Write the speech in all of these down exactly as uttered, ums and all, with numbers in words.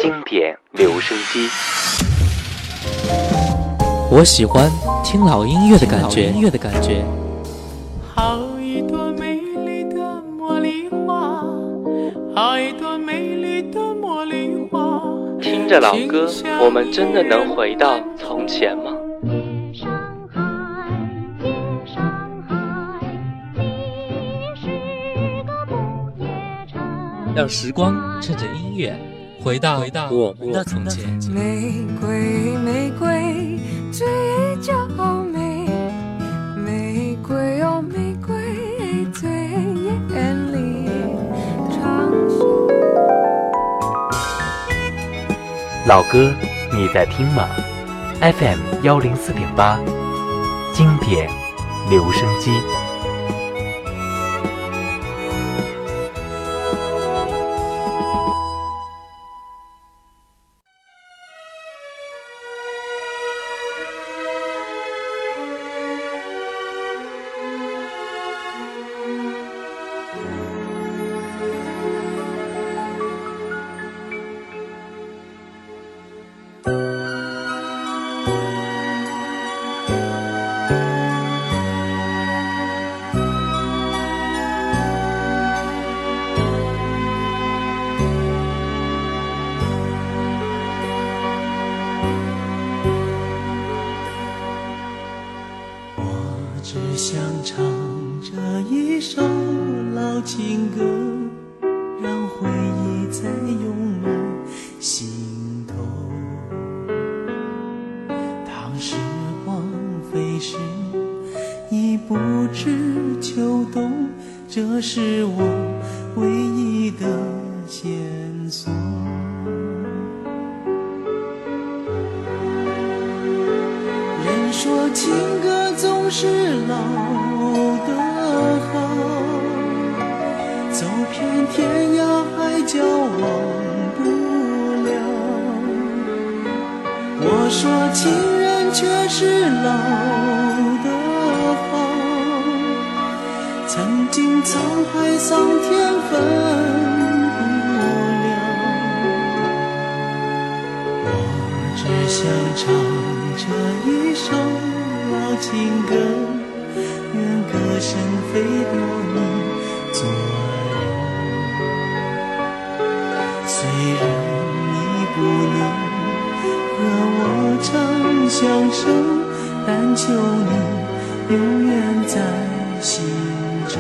经典留声机。 我喜欢听老音乐的感觉，音乐的感觉。 好一朵美丽的茉莉花，好一朵美丽的茉莉花。 听着老歌，我们真的能回到从前吗？让时光趁着音乐回到回到我们的从前。 玫瑰玫瑰最娇美，玫瑰哦玫瑰最艳丽，长袖。 老歌你在听吗？ F M 幺零四点八，经典留声机。 只想唱这一首老情歌，让回忆再涌满心头。当时光飞逝，已不知秋冬，这是我唯一的线索。人说情歌总是老的好，走遍天涯海角忘不了。我说情人却是老的好，曾经沧海桑田分不了。我只想唱这一首老情歌，愿歌声飞到你左右。虽然你不能和我长相守，但求你永远在心中。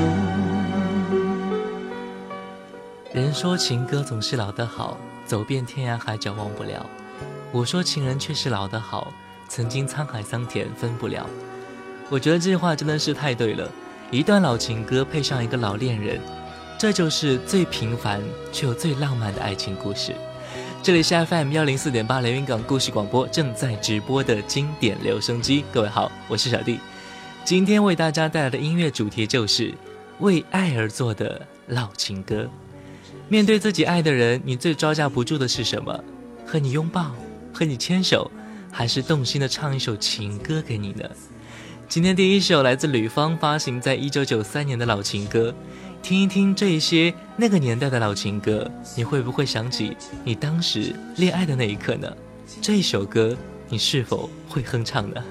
人说情歌总是老的好，走遍天涯海角忘不了。我说情人却是老的好，曾经沧海桑田分不了。我觉得这句话真的是太对了，一段老情歌配上一个老恋人，这就是最平凡却又最浪漫的爱情故事。这里是 F M 幺零四点八连云港故事广播正在直播的经典留声机。各位好，我是小弟。今天为大家带来的音乐主题就是为爱而做的老情歌。面对自己爱的人，你最招架不住的是什么？和你拥抱，和你牵手，还是动心的唱一首情歌给你呢？今天第一首来自吕方发行在一九九三年的老情歌，听一听这一些那个年代的老情歌，你会不会想起你当时恋爱的那一刻呢？这一首歌你是否会哼唱呢？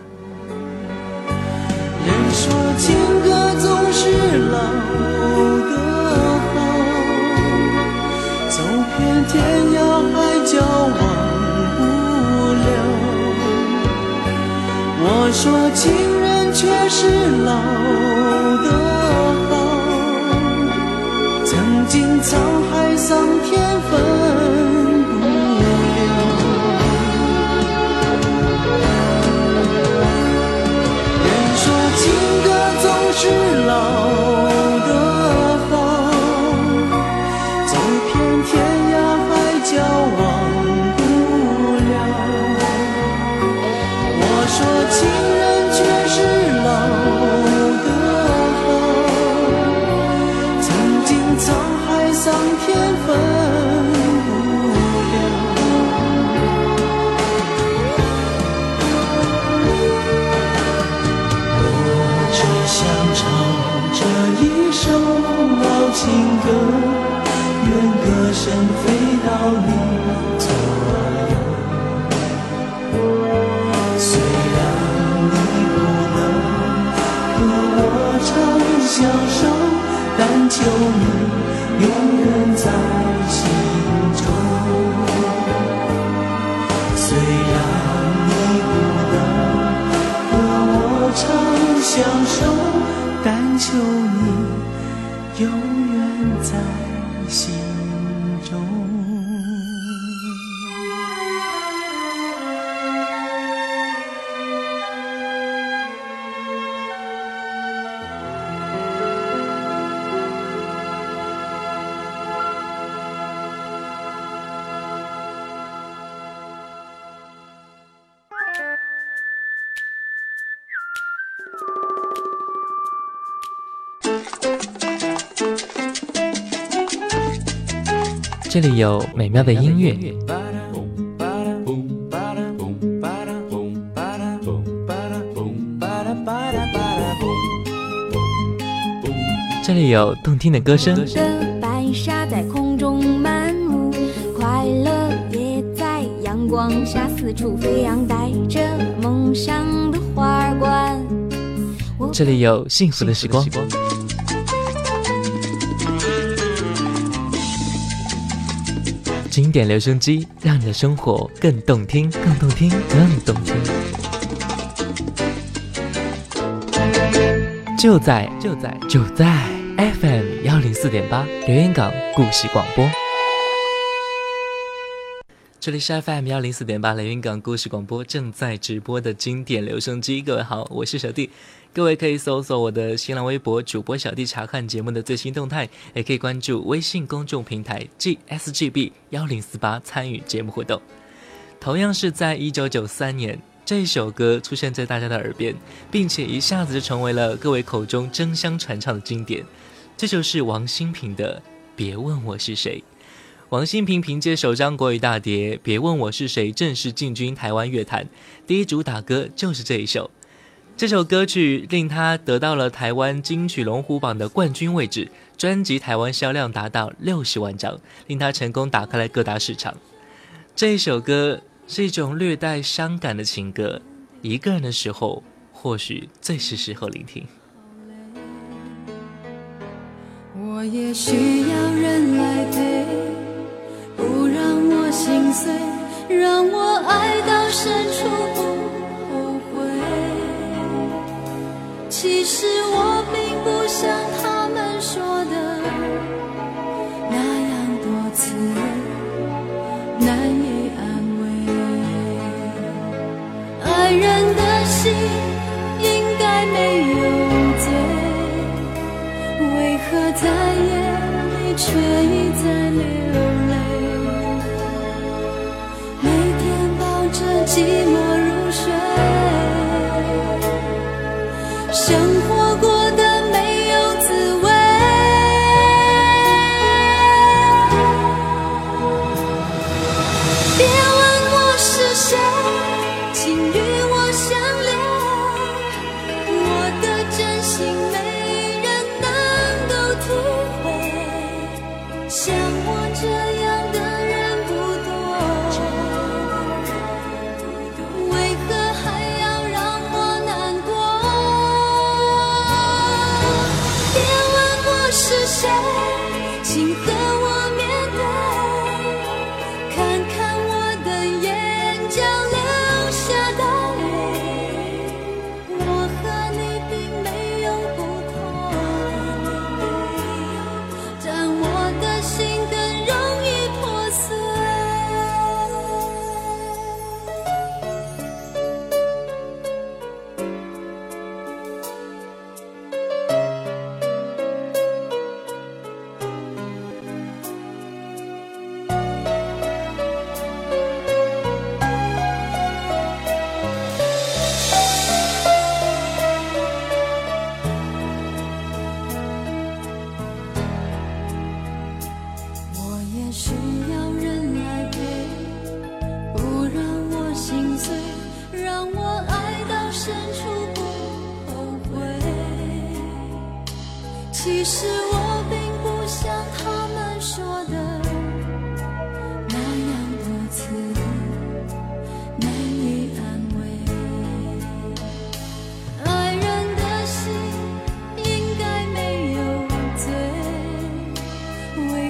人说情歌总是老的好，走遍天涯海角忘不了。我说情人却是老的好，曾经沧海桑田分不了。人说情歌总是老的好，走遍天涯海角忘不了。我说情人却是老的好，曾经沧海桑田分不了。我只想唱这一首老情歌，愿歌声飞到你左永远在心中。虽然你不能和我长相守，但求你永远在心中。 这里有美妙的音乐，这里有动听的歌声， 白沙在空中漫舞，快乐也在阳光下四处飞扬，带着梦想的花冠。 这里有幸福的时光，经典留声机，让你的生活更动听，更动听，更动听。就在就在就在 F M 一零四点八留言港故事广播。这里是 F M 一零四点八连云港故事广播正在直播的经典留声机。各位好，我是小弟。各位可以搜索我的新浪微博主播小弟，查看节目的最新动态，也可以关注微信公众平台 G S G B 一零四八参与节目互动。同样是在一九九三年，这首歌出现在大家的耳边，并且一下子就成为了各位口中争相传唱的经典。这就是王心平的《别问我是谁》。王心平凭借首张国语大碟《别问我是谁》正式进军台湾乐坛，第一主打歌就是这一首。这首歌曲令他得到了台湾金曲龙虎榜的冠军位置，专辑台湾销量达到六十万张，令他成功打开了各大市场。这一首歌是一种略带伤感的情歌，一个人的时候或许最是时候聆听。 我也需要人来陪，不让我心碎，让我爱到深处不后悔。其实我并不像他们说的那样多次难以安慰。爱人的心应该没有罪，为何在夜里却一再流泪？每天抱着寂寞入睡，生活过得没有滋味。别问我是谁，请与我相恋，我的真心没人能够体会，像我这样的人不多，为何还要让我难过？别问我是谁，请和我面对，看看我的眼角流下的泪，我和你并没有不同，但我的心更容易破碎。我也需要人来陪，不让我心碎，让我爱到深处不后悔。其实我并不像他们说的那样多次难以安慰。爱人的心应该没有罪，为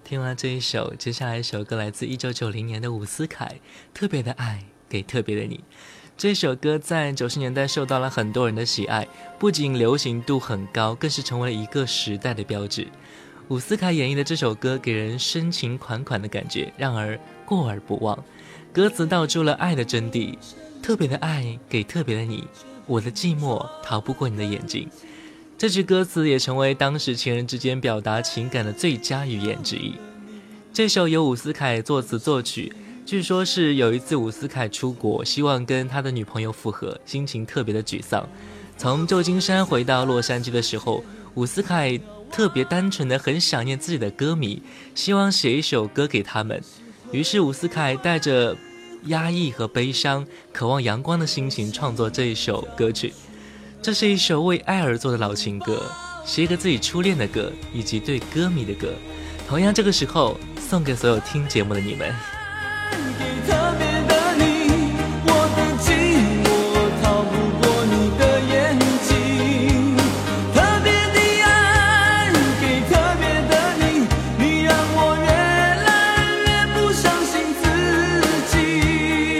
听完这一首，接下来一首歌来自一九九零年的伍思凯，《特别的爱给特别的你》。这首歌在九十年代受到了很多人的喜爱，不仅流行度很高，更是成为了一个时代的标志。伍思凯演绎的这首歌给人深情款款的感觉，让人过而不忘。歌词道出了爱的真谛，特别的爱给特别的你，我的寂寞逃不过你的眼睛。这句歌词也成为当时情人之间表达情感的最佳语言之一。这首由伍思凯作词作曲，据说是有一次伍思凯出国，希望跟他的女朋友复合，心情特别的沮丧。从旧金山回到洛杉矶的时候，伍思凯特别单纯的很想念自己的歌迷，希望写一首歌给他们。于是伍思凯带着压抑和悲伤，渴望阳光的心情创作这一首歌曲。这是一首为爱而作的老情歌，写给自己初恋的歌，以及对歌迷的歌。同样这个时候送给所有听节目的你们。 特别的你，我的寂寞逃不过你的眼睛。特别的爱给特别的你，你让我越来越不相信自己。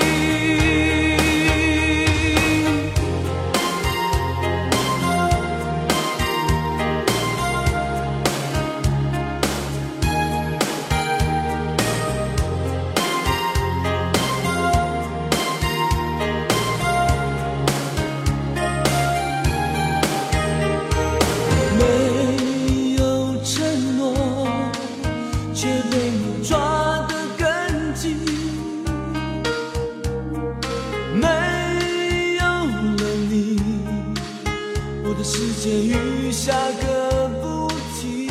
世界雨下个不停，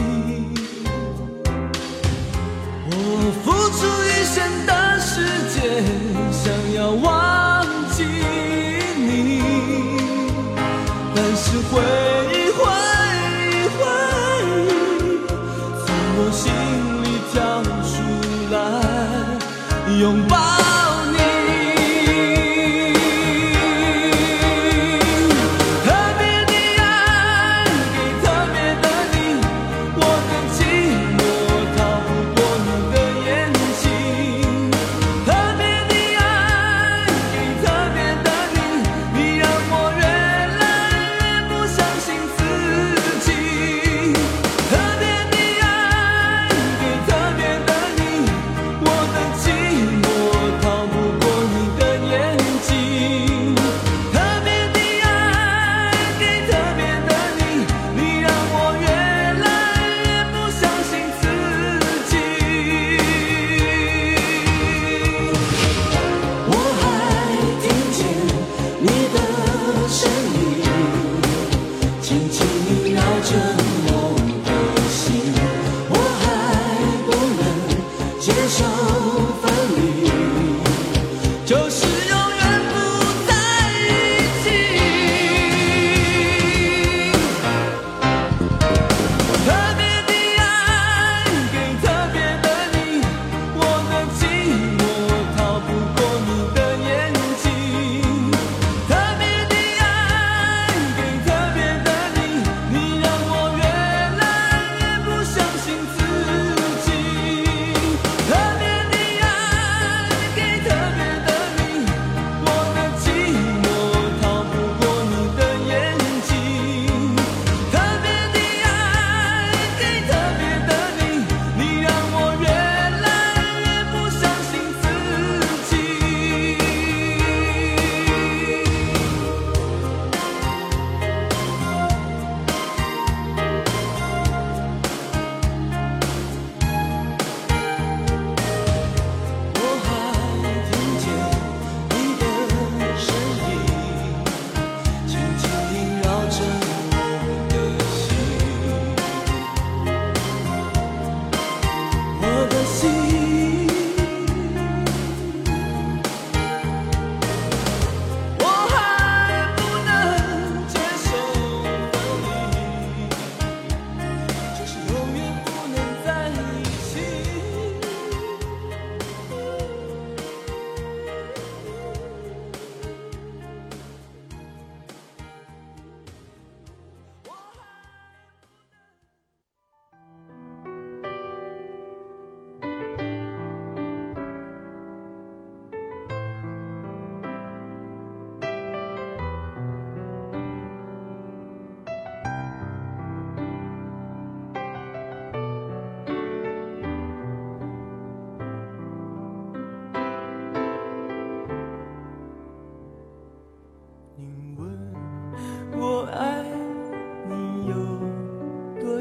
我付出一生的时间，想要忘记你，但是回忆回忆回忆从我心里跳出来拥抱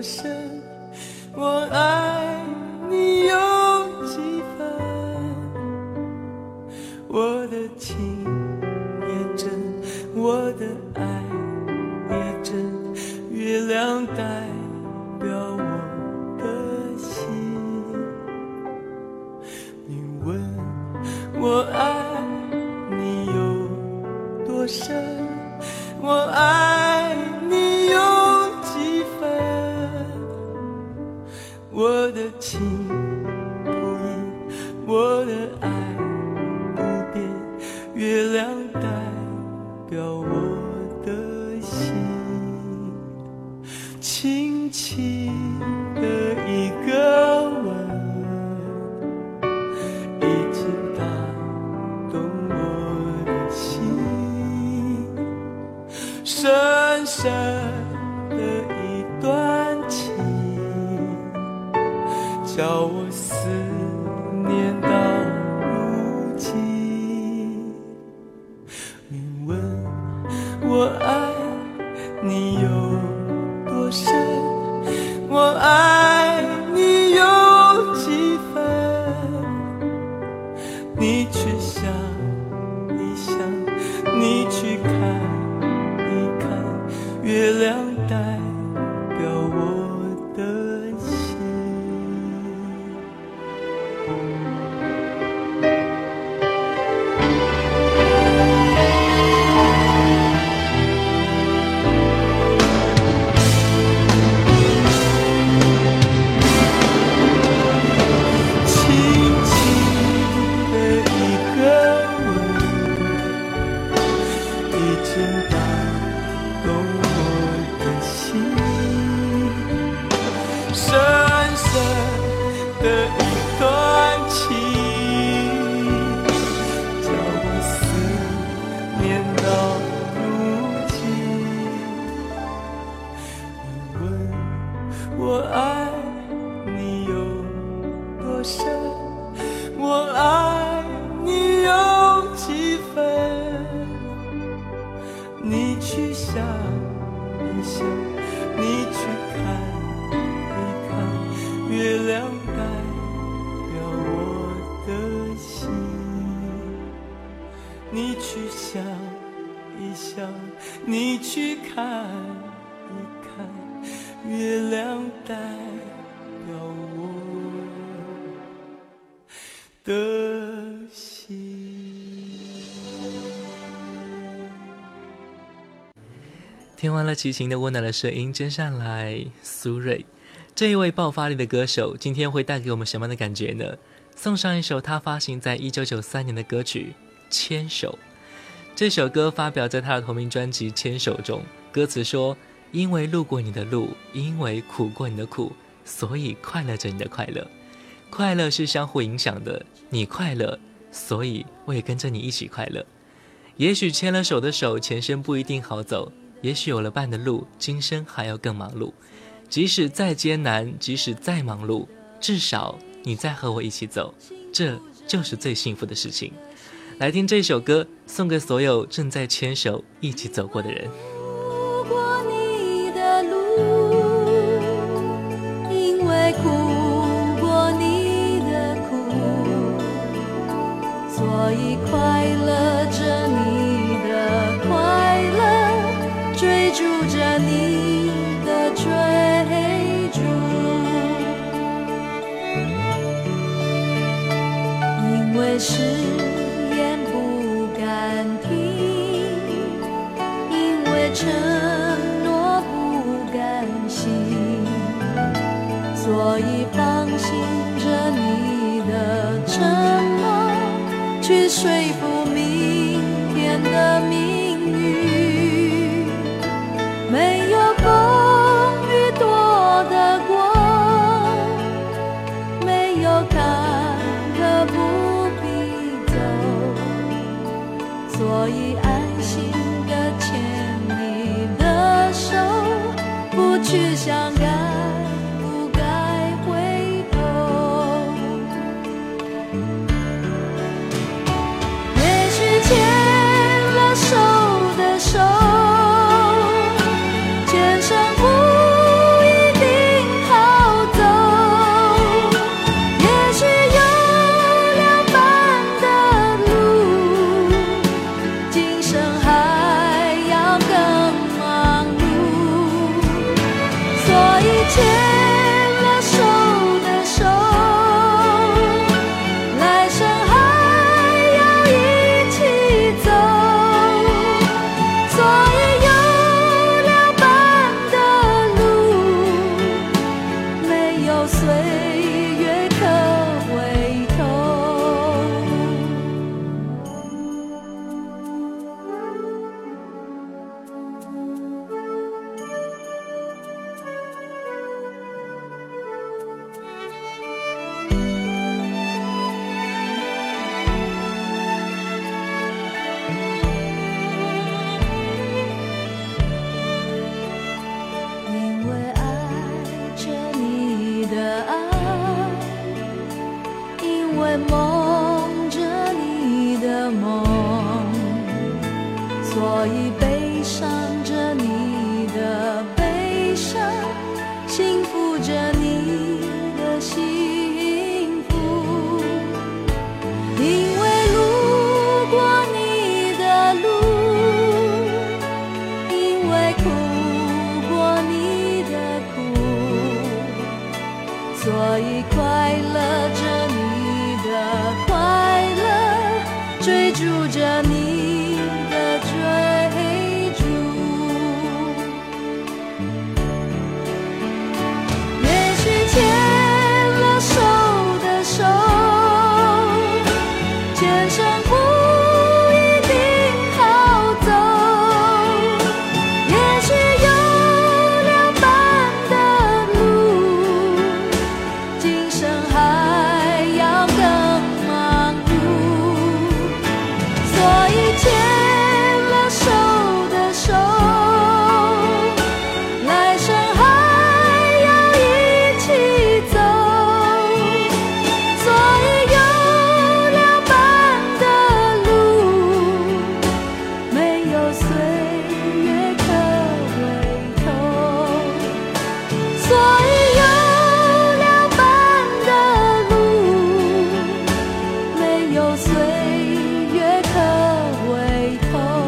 深，我爱你有几分，我的情也真，我的爱也真，月亮代表我的心。你问我爱你有多深，我爱你有几分，我的情不移，我的爱不变，月亮代表我的心。轻轻的一个吻，已经打动我的心，深深的一段情，叫我思念到如今。你问我爱你有多深，我爱你有几分，你去想一想，你去看一看，月亮代表我的心。我爱你有多深，我爱你有几分，你去想一想，你去看一看，月亮代表我的心，你去想一想，你去看一看，月亮代表我的心。 听完了齐秦的温暖的声音，接下来苏芮这一位爆发力的歌手，今天会带给我们什么样的感觉呢？送上一首他发行在一九九三年的歌曲《牵手》。这首歌发表在他的同名专辑《牵手》中，歌词说：因为路过你的路，因为苦过你的苦，所以快乐着你的快乐。快乐是相互影响的，你快乐，所以我也跟着你一起快乐。也许牵了手的手，前生不一定好走，也许有了伴的路，今生还要更忙碌。即使再艰难，即使再忙碌，至少你在和我一起走，这就是最幸福的事情。来听这首歌，送给所有正在牵手一起走过的人。 路过你的路，因为苦过你的苦，所以快乐着你的快乐，追逐着你的追逐，因为誓言不敢听，因为承诺不甘心，所以放心着你的承诺，去说服明天的命运。没有风雨躲得过，没有坎坷不必走，所以安心地牵你的手，不去想该不该回头。也许牵了手的手，前生不一定上着你的悲伤，幸福着你的幸福。因为路过你的路，因为哭过你的苦，所以快乐着你的快乐，追逐着你的追逐。也许牵了手的手，前生不一定好走，也许有两半的路，今生还要更忙碌。所以牵了手的手，来生还要一起走。所以有两半的路，没有岁月可回头。所以有两半的路，没有岁月可回头。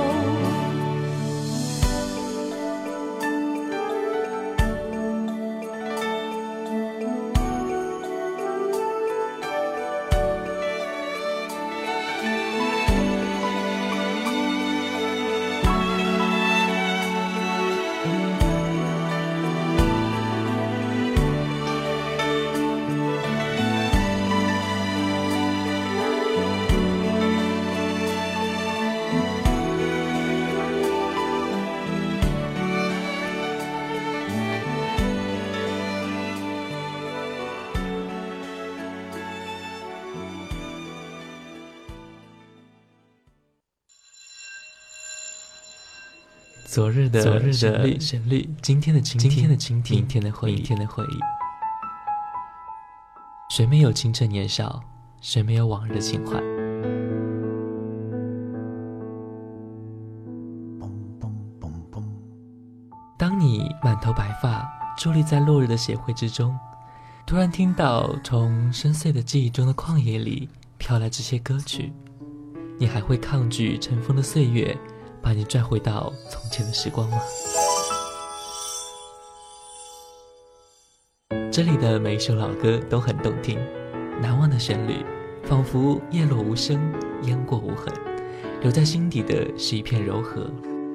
昨日的昨日的旋律，今天的今天，今天的今天，明天的回忆，明天的回忆。谁没有青春年少？谁没有往日的情怀？当你满头白发，伫立在落日的协会之中，突然听到从深邃的记忆中的旷野里飘来这些歌曲，你还会抗拒尘封的岁月把你拽回到从前的时光吗？这里的每一首老歌都很动听，难忘的旋律仿佛叶落无声，烟过无痕，留在心底的是一片柔和。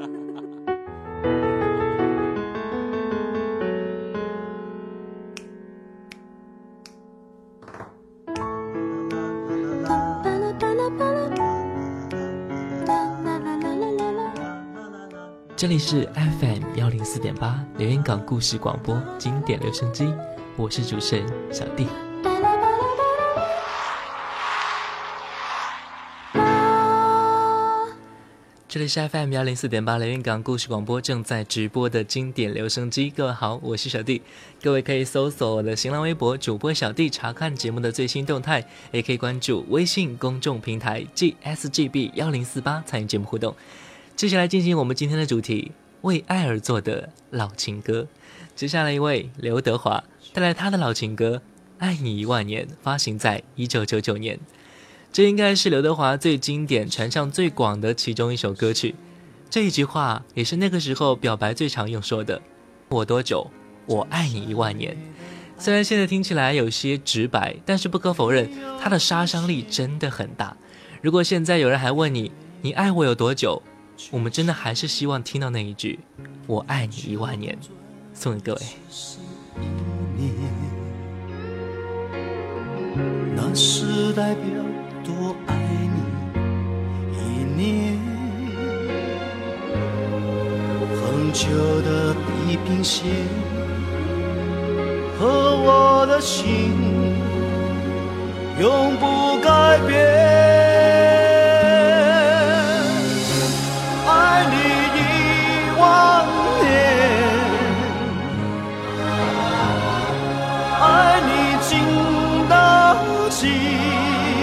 这里是 F M 一零四点八 连云港故事广播经典留声机，我是主持人小弟。这里是 F M 一零四点八 连云港故事广播正在直播的经典留声机，各位好，我是小弟。各位可以搜索我的新浪微博主播小弟查看节目的最新动态，也可以关注微信公众平台 G S G B 一零四八参与节目互动。接下来进行我们今天的主题，为爱而作的老情歌。接下来一位刘德华带来他的老情歌《爱你一万年》，发行在一九九九年。这应该是刘德华最经典、传唱最广的其中一首歌曲。这一句话也是那个时候表白最常用说的：我多久，我爱你一万年。虽然现在听起来有些直白，但是不可否认，它的杀伤力真的很大。如果现在有人还问你，你爱我有多久？我们真的还是希望听到那一句我爱你一万年，送给各位。 那是代表多爱你一年，很久的地平线和我的心永不改变。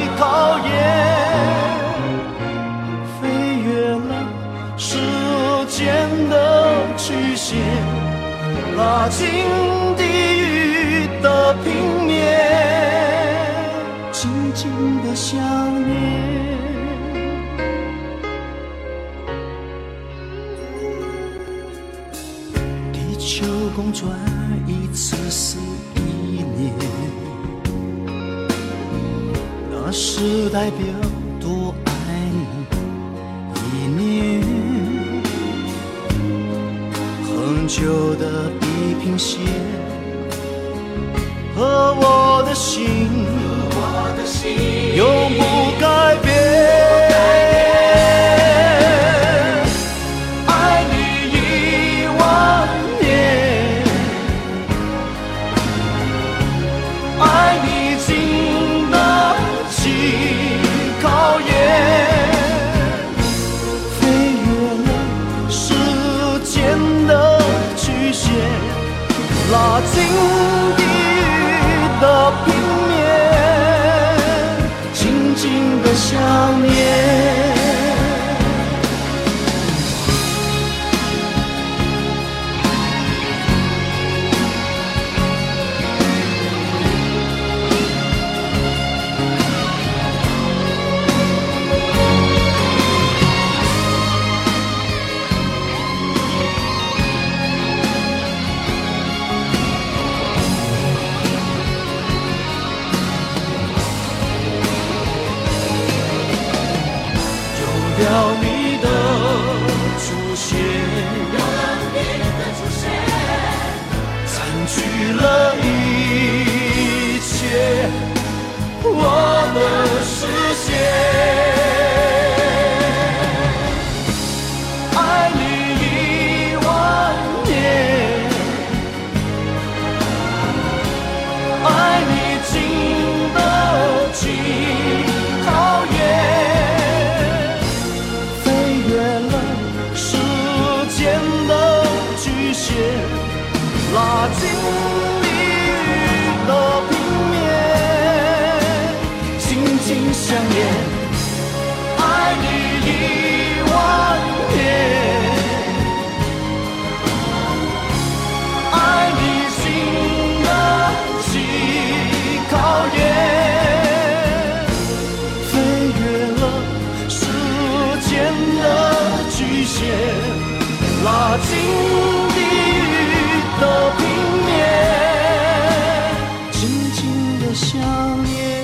考验飞越了世间的曲线，拉近地狱的平面，静静的想念。地球公转一次是一年，那是代表多爱你一年。恒久的地平线和我的心永不改变。爱你一万年，爱你经得起考验，飞越了时间的曲线，拉近地狱的平面，静静的想念。有了你的出现，有了你的出现，占据了一切我的视线。爱你一万年，爱你经得起考验。拉近地狱的平面，紧紧相连。爱你一万年，爱你经得起考验，飞越了时间的局限，拉近的平面，静静的想念。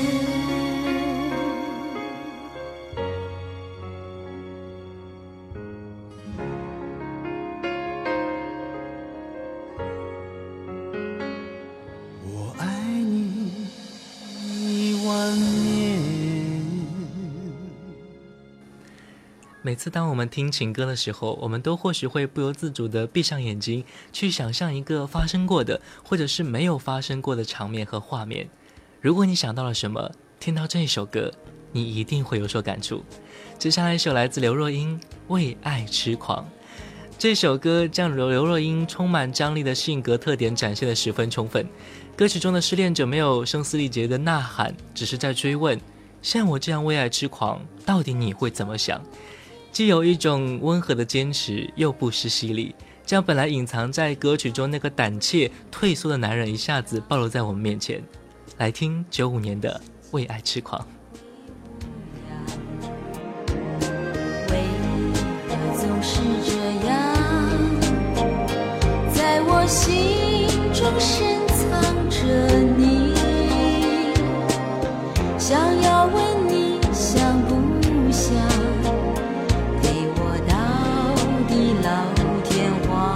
我爱你一万年。 每次当我们听情歌的时候，我们都或许会不由自主地闭上眼睛，去想象一个发生过的或者是没有发生过的场面和画面。如果你想到了什么，听到这一首歌，你一定会有所感触。接下来一首来自刘若英《为爱痴狂》。这首歌将刘若英充满张力的性格特点展现得十分充分。歌曲中的失恋者没有声嘶力竭的呐喊，只是在追问，像我这样为爱痴狂，到底你会怎么想？既有一种温和的坚持，又不失犀利，将本来隐藏在歌曲中那个胆怯退缩的男人一下子暴露在我们面前。来听九五年的《为爱痴狂》。 为何总是这样，在我心中深藏着你，想要问你想不想老天荒。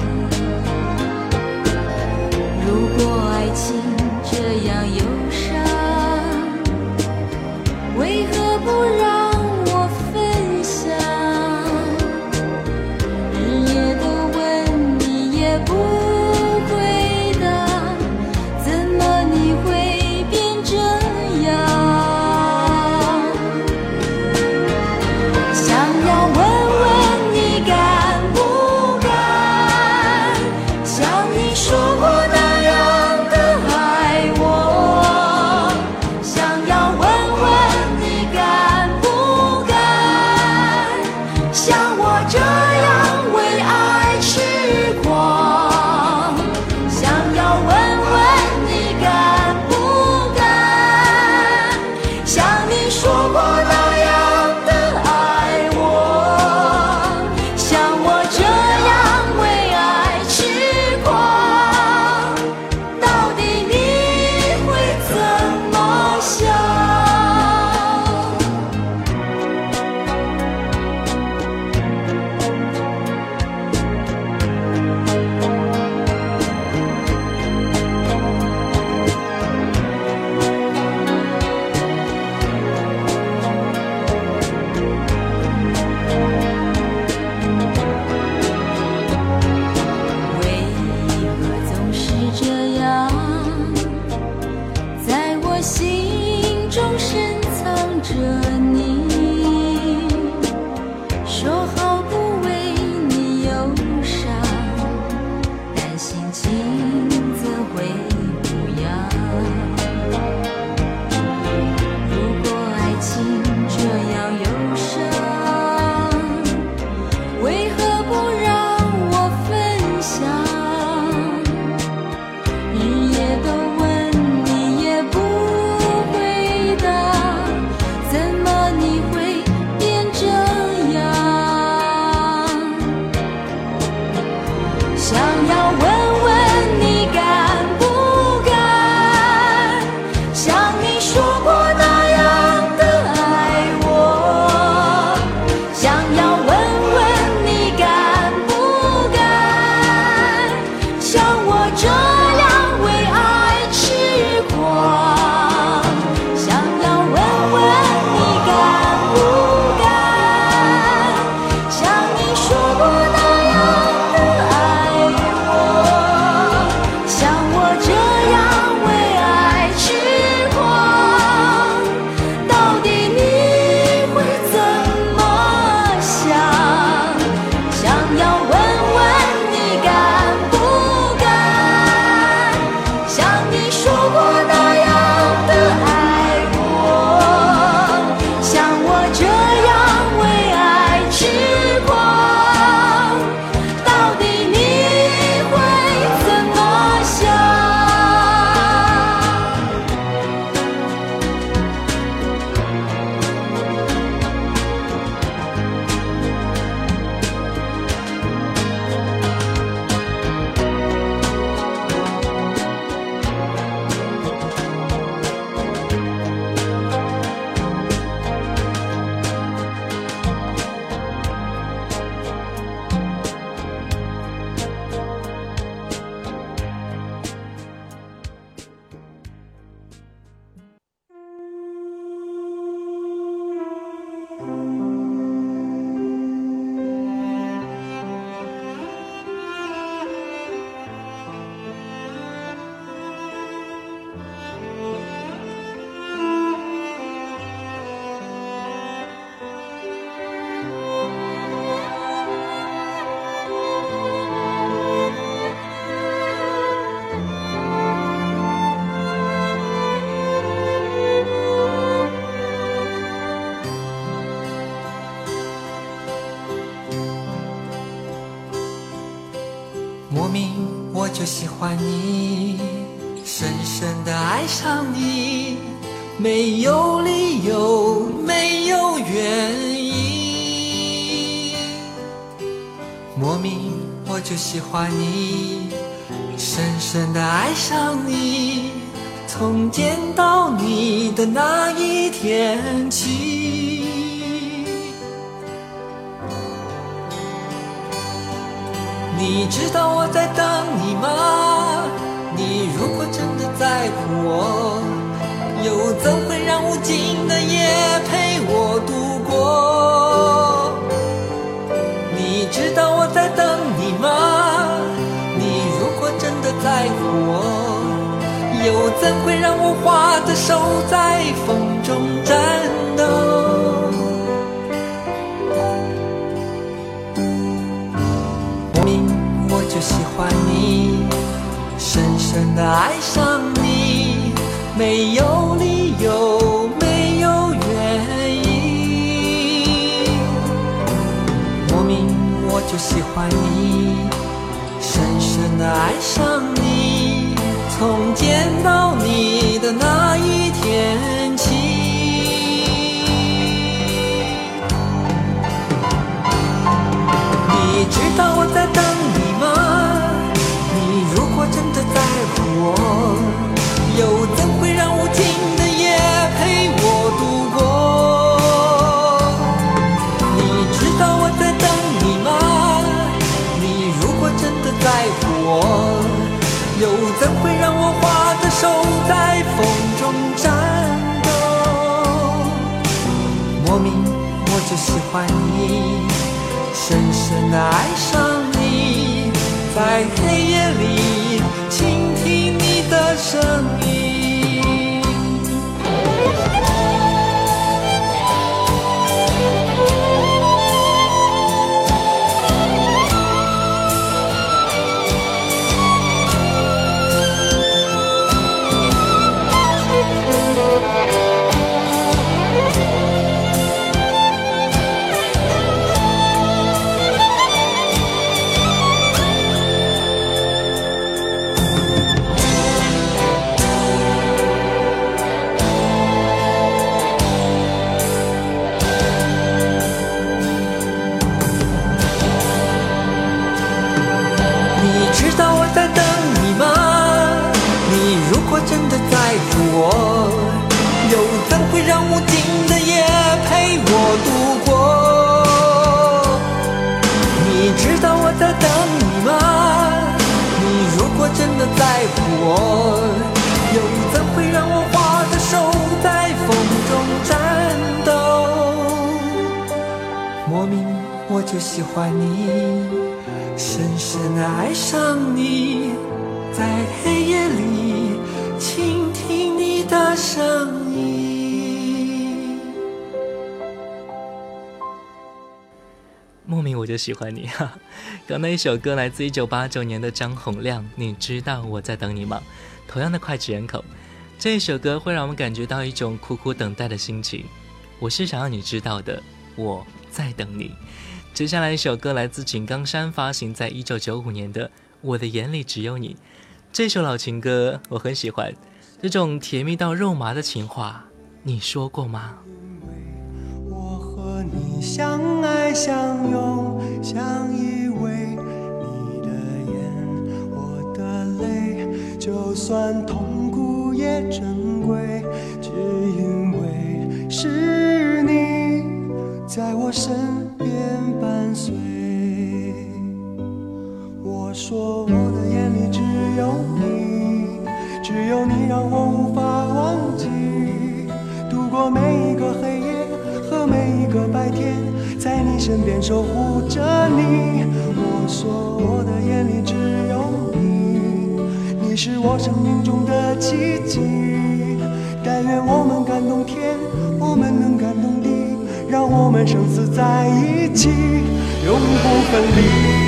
如果爱情这样忧伤，为何不让我分享？日夜的问你也不回答，怎么你会变这样？想要问问你敢说过那样的爱我，想要问问你敢不敢像我这样为想要问问你敢不敢，像你说过那样的爱我。想要问问你敢不敢，像我这样为爱痴狂。想要问问你敢不敢，像你说过那样的爱我。像我这样为爱痴狂，到底你会怎么想？想要问问你敢不敢，像你说过那样的爱我。像我这样为爱痴狂，到底你会怎么想？ 莫名我就喜欢你，深深地爱上你，没有理由，没有原因。莫名我就喜欢你，深深地爱上你，从见到你的那一天起。你知道我在等你吗？你如果真的在乎我，又怎会让无尽的夜陪我度过？你知道我在等你吗？你如果真的在乎我，又怎会让我花的手在风中颤抖？我就喜欢你，深深地爱上你，没有理由，没有原因。莫名我就喜欢你，深深地爱上你，从见到你的那一天起。你知道我在等你吗？你如果真的在乎我，又怎会让无尽的夜陪我度过？你知道我在等你吗？你如果真的在乎我，又怎会让我花的手在风中颤抖？莫名我就喜欢你，深深地爱上你，在黑夜里倾听你的声音。 无尽的夜陪我度过。你知道我在等你吗？你如果真的在乎我，又怎会让我花的手在风中颤抖？莫名我就喜欢你，深深地爱上你，在黑夜里倾听你的声音。 莫名我就喜欢你哈。刚那一首歌来自一九八九年的张洪量，你知道我在等你吗？同样的脍炙人口，这一首歌会让我们感觉到一种苦苦等待的心情。我是想让你知道的，我在等你。接下来一首歌来自井冈山，发行在一九九五年的《我的眼里只有你》。这首老情歌我很喜欢，这种甜蜜到肉麻的情话，你说过吗？ 我和你相爱相拥，相依偎，你的眼，我的泪，就算痛苦也珍贵，只因为是你在我身边伴随。我说我的眼里只有你，只有你让我无法忘记，度过每一个黑夜和每一个白天，在你身边守护着你。我说我的眼里只有你，你是我生命中的奇迹，但愿我们感动天，我们能感动地，让我们生死在一起，永不分离。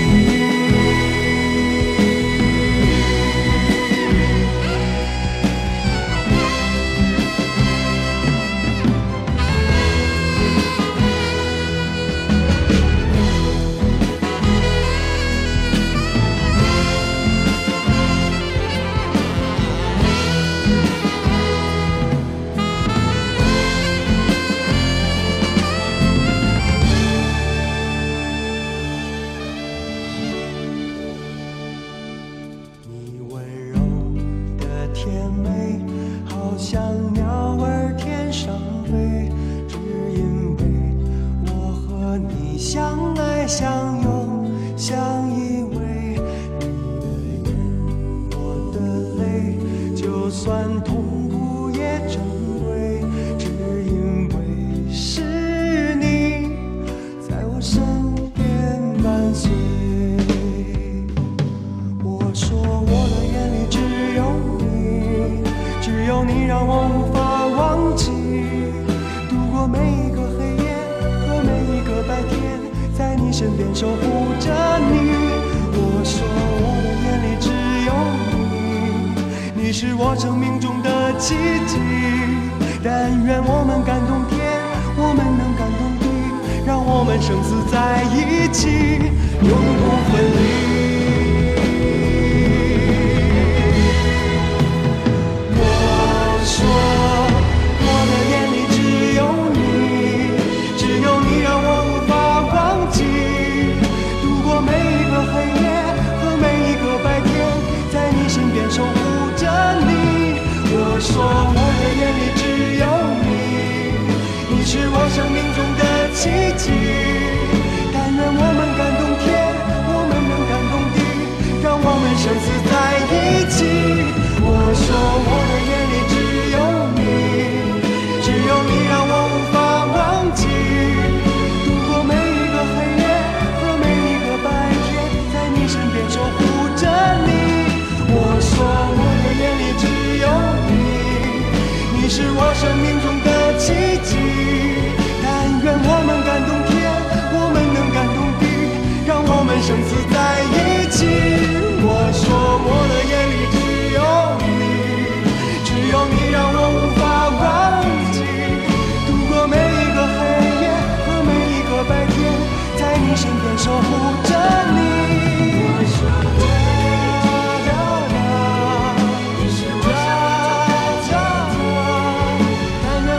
但愿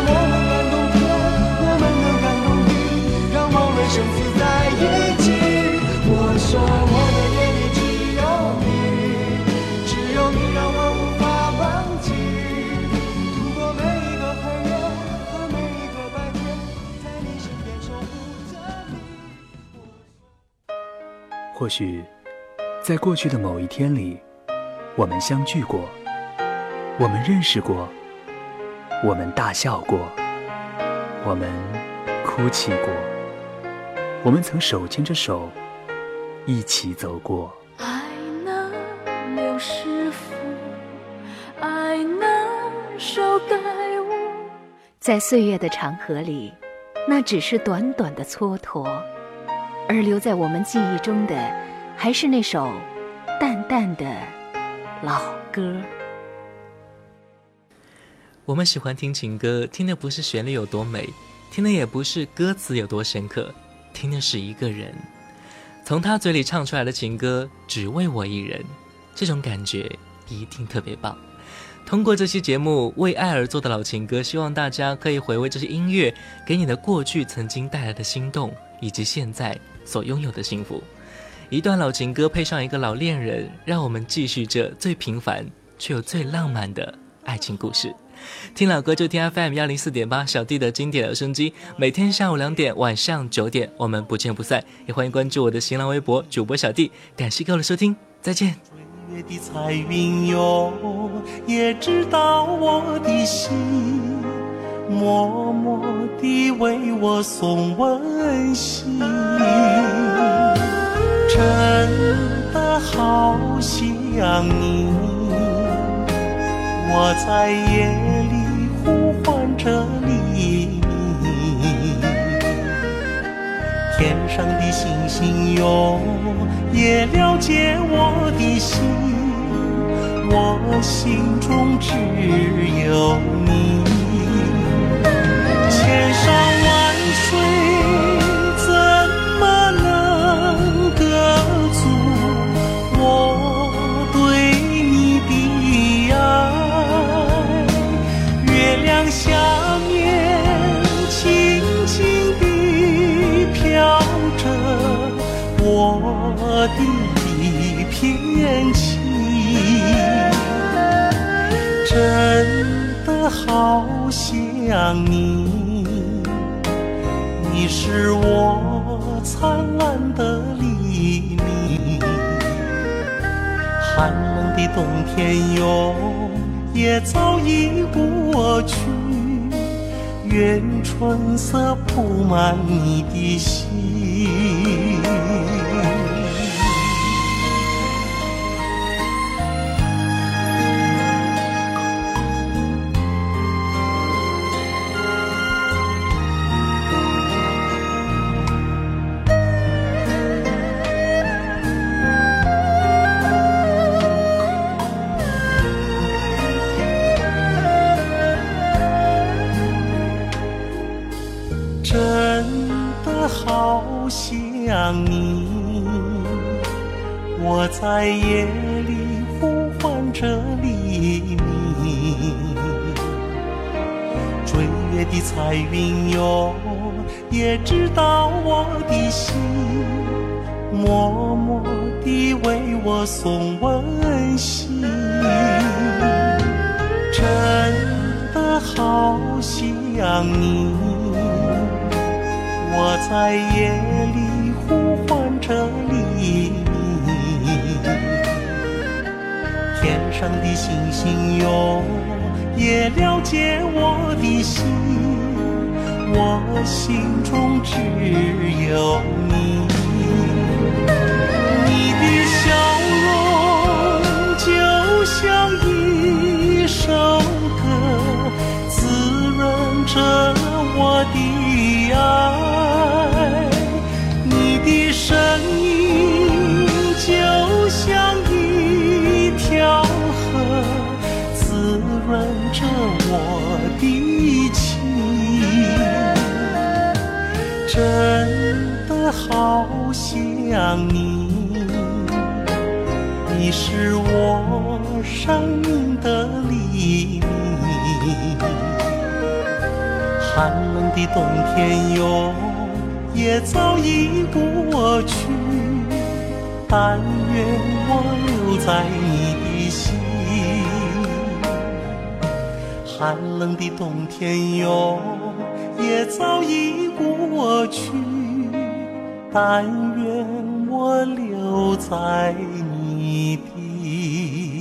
或许在过去的某一天里，我们相聚过，我们认识过，我们大笑过，我们哭泣过，我们曾手牵着手一起走过。 爱那刘师傅，爱那手盖我。 在岁月的长河里，那只是短短的蹉跎，而留在我们记忆中的还是那首淡淡的老歌。 我们喜欢听情歌，听的不是旋律有多美，听的也不是歌词有多深刻，听的是一个人从他嘴里唱出来的情歌，只为我一人，这种感觉一定特别棒。通过这期节目为爱而做的老情歌，希望大家可以回味这些音乐给你的过去曾经带来的心动，以及现在所拥有的幸福。一段老情歌配上一个老恋人，让我们继续这最平凡却又最浪漫的爱情故事。听老歌就听 F M 一零四点八 小弟的经典留声机，每天下午两点晚上九点我们不见不散。也欢迎关注我的新浪微博主播小弟。感谢各位的收听，再见。 追月的彩云哟，也知道我的心，默默地为我送温馨。真的好想你，我在夜里呼唤着你，天上的星星哟，也了解我的心，我心中只有你。千山万水怎么能隔阻我对你的爱？月亮下面轻轻地飘着我的一片情，真的好想你，你是我灿烂的黎明。寒冷的冬天哟，也早已过去，愿春色铺满你的心。好想你，我在夜里呼唤着黎明。追月的彩云哟，也知道我的心，默默地为我送温馨。真的好想你，我在夜里呼唤着黎明，天上的星星哟，也了解我的心，我心中只有你。你的笑容就像一首歌，滋润着我的爱，你的声音就像一条河，滋润着我的情，真的好想你，你是我生命的黎明。寒冷的冬天哟，也早已过去，但愿我留在你的心。寒冷的冬天哟，也早已过去，但愿我留留在你的